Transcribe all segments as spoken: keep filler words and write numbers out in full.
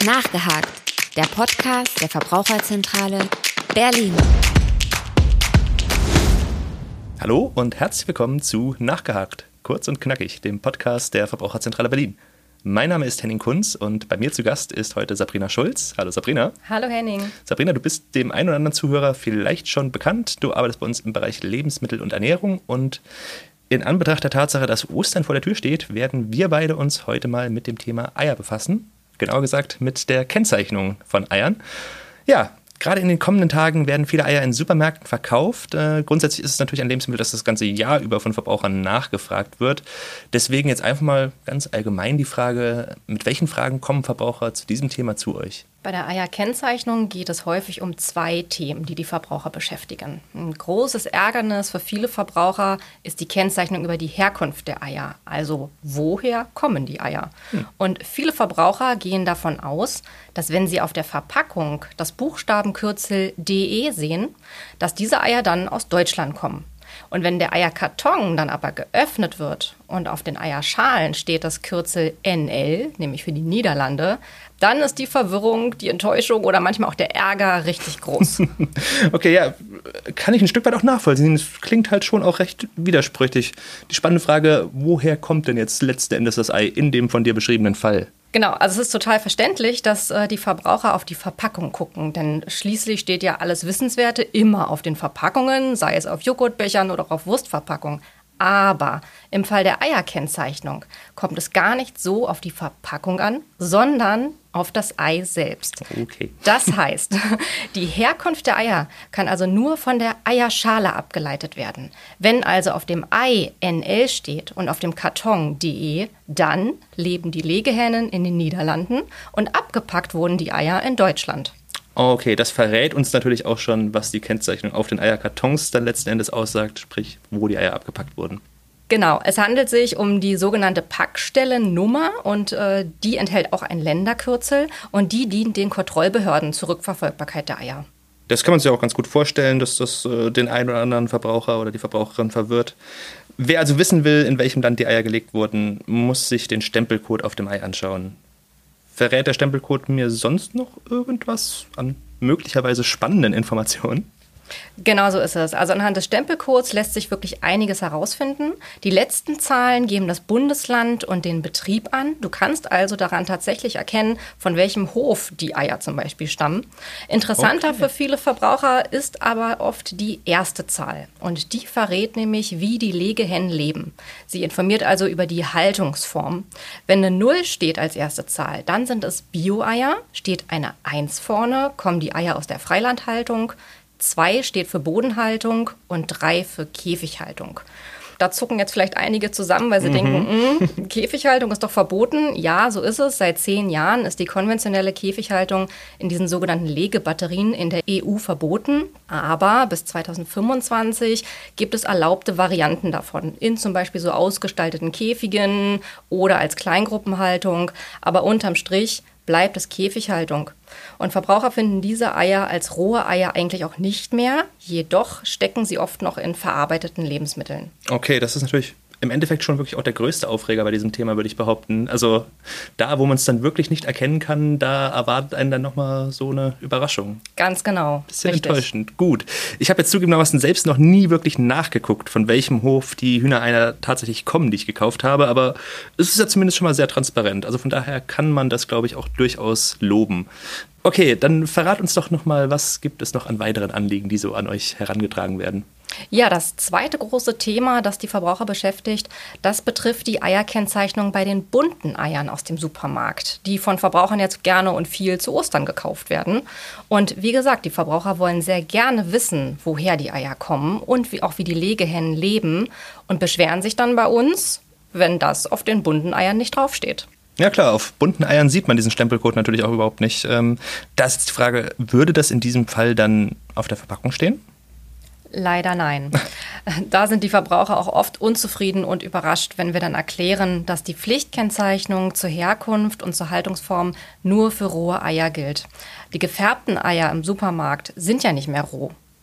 Nachgehakt, der Podcast der Verbraucherzentrale Berlin. Hallo und herzlich willkommen zu Nachgehakt, kurz und knackig, dem Podcast der Verbraucherzentrale Berlin. Mein Name ist Henning Kunz und bei mir zu Gast ist heute Sabrina Schulz. Hallo Sabrina. Hallo Henning. Sabrina, du bist dem einen oder anderen Zuhörer vielleicht schon bekannt. Du arbeitest bei uns im Bereich Lebensmittel und Ernährung und in Anbetracht der Tatsache, dass Ostern vor der Tür steht, werden wir beide uns heute mal mit dem Thema Eier befassen. Genauer gesagt mit der Kennzeichnung von Eiern. Ja, gerade in den kommenden Tagen werden viele Eier in Supermärkten verkauft. Äh, grundsätzlich ist es natürlich ein Lebensmittel, das das ganze Jahr über von Verbrauchern nachgefragt wird. Deswegen jetzt einfach mal ganz allgemein die Frage, mit welchen Fragen kommen Verbraucher zu diesem Thema zu euch? Bei der Eierkennzeichnung geht es häufig um zwei Themen, die die Verbraucher beschäftigen. Ein großes Ärgernis für viele Verbraucher ist die Kennzeichnung über die Herkunft der Eier. Also woher kommen die Eier? Hm. Und viele Verbraucher gehen davon aus, dass wenn sie auf der Verpackung das Buchstabenkürzel D E sehen, dass diese Eier dann aus Deutschland kommen. Und wenn der Eierkarton dann aber geöffnet wird und auf den Eierschalen steht das Kürzel N L, nämlich für die Niederlande, dann ist die Verwirrung, die Enttäuschung oder manchmal auch der Ärger richtig groß. Okay, ja, kann ich ein Stück weit auch nachvollziehen. Es klingt halt schon auch recht widersprüchlich. Die spannende Frage, woher kommt denn jetzt letzten Endes das Ei in dem von dir beschriebenen Fall? Genau, also es ist total verständlich, dass äh, die Verbraucher auf die Verpackung gucken, denn schließlich steht ja alles Wissenswerte immer auf den Verpackungen, sei es auf Joghurtbechern oder auf Wurstverpackungen. Aber im Fall der Eierkennzeichnung kommt es gar nicht so auf die Verpackung an, sondern auf das Ei selbst. Okay. Das heißt, die Herkunft der Eier kann also nur von der Eierschale abgeleitet werden. Wenn also auf dem Ei N L steht und auf dem Karton D E, dann leben die Legehennen in den Niederlanden und abgepackt wurden die Eier in Deutschland. Okay, das verrät uns natürlich auch schon, was die Kennzeichnung auf den Eierkartons dann letzten Endes aussagt, sprich, wo die Eier abgepackt wurden. Genau, es handelt sich um die sogenannte Packstellennummer und äh, die enthält auch ein Länderkürzel und die dient den Kontrollbehörden zur Rückverfolgbarkeit der Eier. Das kann man sich auch ganz gut vorstellen, dass das äh, den einen oder anderen Verbraucher oder die Verbraucherin verwirrt. Wer also wissen will, in welchem Land die Eier gelegt wurden, muss sich den Stempelcode auf dem Ei anschauen. Verrät der Stempelcode mir sonst noch irgendwas an möglicherweise spannenden Informationen? Genau so ist es. Also anhand des Stempelcodes lässt sich wirklich einiges herausfinden. Die letzten Zahlen geben das Bundesland und den Betrieb an. Du kannst also daran tatsächlich erkennen, von welchem Hof die Eier zum Beispiel stammen. Interessanter okay. für viele Verbraucher ist aber oft die erste Zahl. Und die verrät nämlich, wie die Legehennen leben. Sie informiert also über die Haltungsform. Wenn eine Null steht als erste Zahl, dann sind es Bio-Eier. Steht eine Eins vorne, kommen die Eier aus der Freilandhaltung. Zwei steht für Bodenhaltung und drei für Käfighaltung. Da zucken jetzt vielleicht einige zusammen, weil sie mhm. denken, Käfighaltung ist doch verboten. Ja, so ist es. Seit zehn Jahren ist die konventionelle Käfighaltung in diesen sogenannten Legebatterien in der E U verboten. Aber bis zweitausendfünfundzwanzig gibt es erlaubte Varianten davon. In zum Beispiel so ausgestalteten Käfigen oder als Kleingruppenhaltung. Aber unterm Strich bleibt es Käfighaltung. Und Verbraucher finden diese Eier als rohe Eier eigentlich auch nicht mehr. Jedoch stecken sie oft noch in verarbeiteten Lebensmitteln. Okay, das ist natürlich im Endeffekt schon wirklich auch der größte Aufreger bei diesem Thema, würde ich behaupten. Also da, wo man es dann wirklich nicht erkennen kann, da erwartet einen dann nochmal so eine Überraschung. Ganz genau. Bisschen richtig enttäuschend. Gut. Ich habe jetzt zugegebenermaßen selbst noch nie wirklich nachgeguckt, von welchem Hof die Hühnereier tatsächlich kommen, die ich gekauft habe. Aber es ist ja zumindest schon mal sehr transparent. Also von daher kann man das, glaube ich, auch durchaus loben. Okay, dann verrat uns doch nochmal, was gibt es noch an weiteren Anliegen, die so an euch herangetragen werden? Ja, das zweite große Thema, das die Verbraucher beschäftigt, das betrifft die Eierkennzeichnung bei den bunten Eiern aus dem Supermarkt, die von Verbrauchern jetzt gerne und viel zu Ostern gekauft werden. Und wie gesagt, die Verbraucher wollen sehr gerne wissen, woher die Eier kommen und wie, auch wie die Legehennen leben und beschweren sich dann bei uns, wenn das auf den bunten Eiern nicht draufsteht. Ja klar, auf bunten Eiern sieht man diesen Stempelcode natürlich auch überhaupt nicht. Ähm, da ist jetzt die Frage, würde das in diesem Fall dann auf der Verpackung stehen? Leider nein. Da sind die Verbraucher auch oft unzufrieden und überrascht, wenn wir dann erklären, dass die Pflichtkennzeichnung zur Herkunft und zur Haltungsform nur für rohe Eier gilt. Die gefärbten Eier im Supermarkt sind ja nicht mehr roh.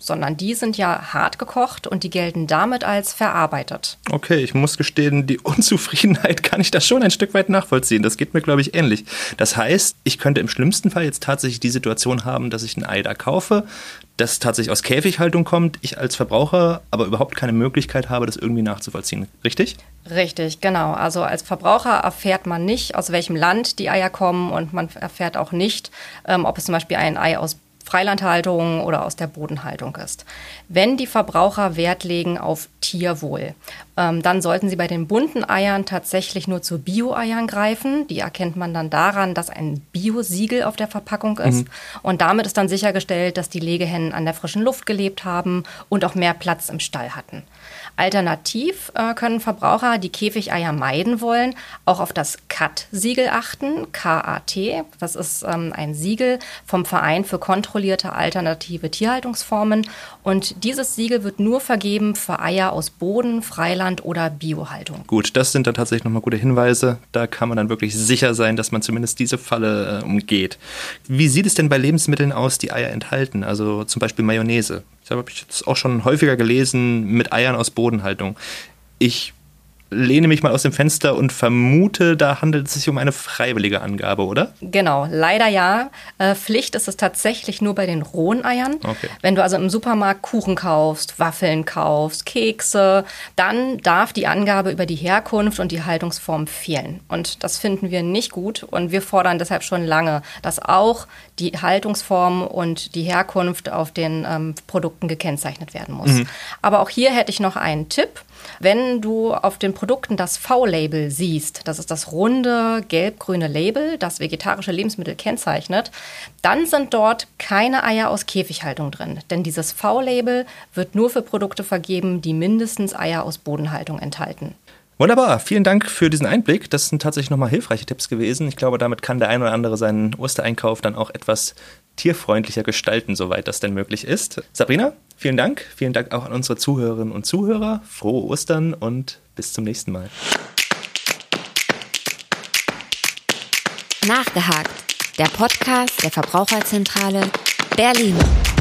sondern die sind ja hart gekocht und die gelten damit als verarbeitet. Okay, ich muss gestehen, die Unzufriedenheit kann ich da schon ein Stück weit nachvollziehen. Das geht mir, glaube ich, ähnlich. Das heißt, ich könnte im schlimmsten Fall jetzt tatsächlich die Situation haben, dass ich ein Ei da kaufe, das tatsächlich aus Käfighaltung kommt, ich als Verbraucher aber überhaupt keine Möglichkeit habe, das irgendwie nachzuvollziehen. Richtig? Richtig, genau. Also als Verbraucher erfährt man nicht, aus welchem Land die Eier kommen und man erfährt auch nicht, ähm, ob es zum Beispiel ein Ei aus Freilandhaltung oder aus der Bodenhaltung ist. Wenn die Verbraucher Wert legen auf Tierwohl, ähm, dann sollten sie bei den bunten Eiern tatsächlich nur zu Bio-Eiern greifen. Die erkennt man dann daran, dass ein Bio-Siegel auf der Verpackung ist. Mhm. Und damit ist dann sichergestellt, dass die Legehennen an der frischen Luft gelebt haben und auch mehr Platz im Stall hatten. Alternativ äh, können Verbraucher, die Käfigeier meiden wollen, auch auf das C A T-Siegel achten, K A T. Das ist ähm, ein Siegel vom Verein für kontrollierte alternative Tierhaltungsformen. Und dieses Siegel wird nur vergeben für Eier aus Boden, Freiland oder Biohaltung. Gut, das sind dann tatsächlich nochmal gute Hinweise. Da kann man dann wirklich sicher sein, dass man zumindest diese Falle äh, umgeht. Wie sieht es denn bei Lebensmitteln aus, die Eier enthalten? Also zum Beispiel Mayonnaise. Das habe ich jetzt auch schon häufiger gelesen mit Eiern aus Bodenhaltung. Ich lehne mich mal aus dem Fenster und vermute, da handelt es sich um eine freiwillige Angabe, oder? Genau, leider ja. Äh, Pflicht ist es tatsächlich nur bei den rohen Eiern. Okay. Wenn du also im Supermarkt Kuchen kaufst, Waffeln kaufst, Kekse, dann darf die Angabe über die Herkunft und die Haltungsform fehlen. Und das finden wir nicht gut und wir fordern deshalb schon lange, dass auch die Haltungsform und die Herkunft auf den ähm, Produkten gekennzeichnet werden muss. Mhm. Aber auch hier hätte ich noch einen Tipp. Wenn du auf den Produkten das V-Label siehst, das ist das runde gelb-grüne Label, das vegetarische Lebensmittel kennzeichnet, dann sind dort keine Eier aus Käfighaltung drin. Denn dieses V-Label wird nur für Produkte vergeben, die mindestens Eier aus Bodenhaltung enthalten. Wunderbar, vielen Dank für diesen Einblick. Das sind tatsächlich nochmal hilfreiche Tipps gewesen. Ich glaube, damit kann der ein oder andere seinen Ostereinkauf dann auch etwas tierfreundlicher gestalten, soweit das denn möglich ist. Sabrina, vielen Dank. Vielen Dank auch an unsere Zuhörerinnen und Zuhörer. Frohe Ostern und bis zum nächsten Mal. Nachgehakt, der Podcast der Verbraucherzentrale Berlin.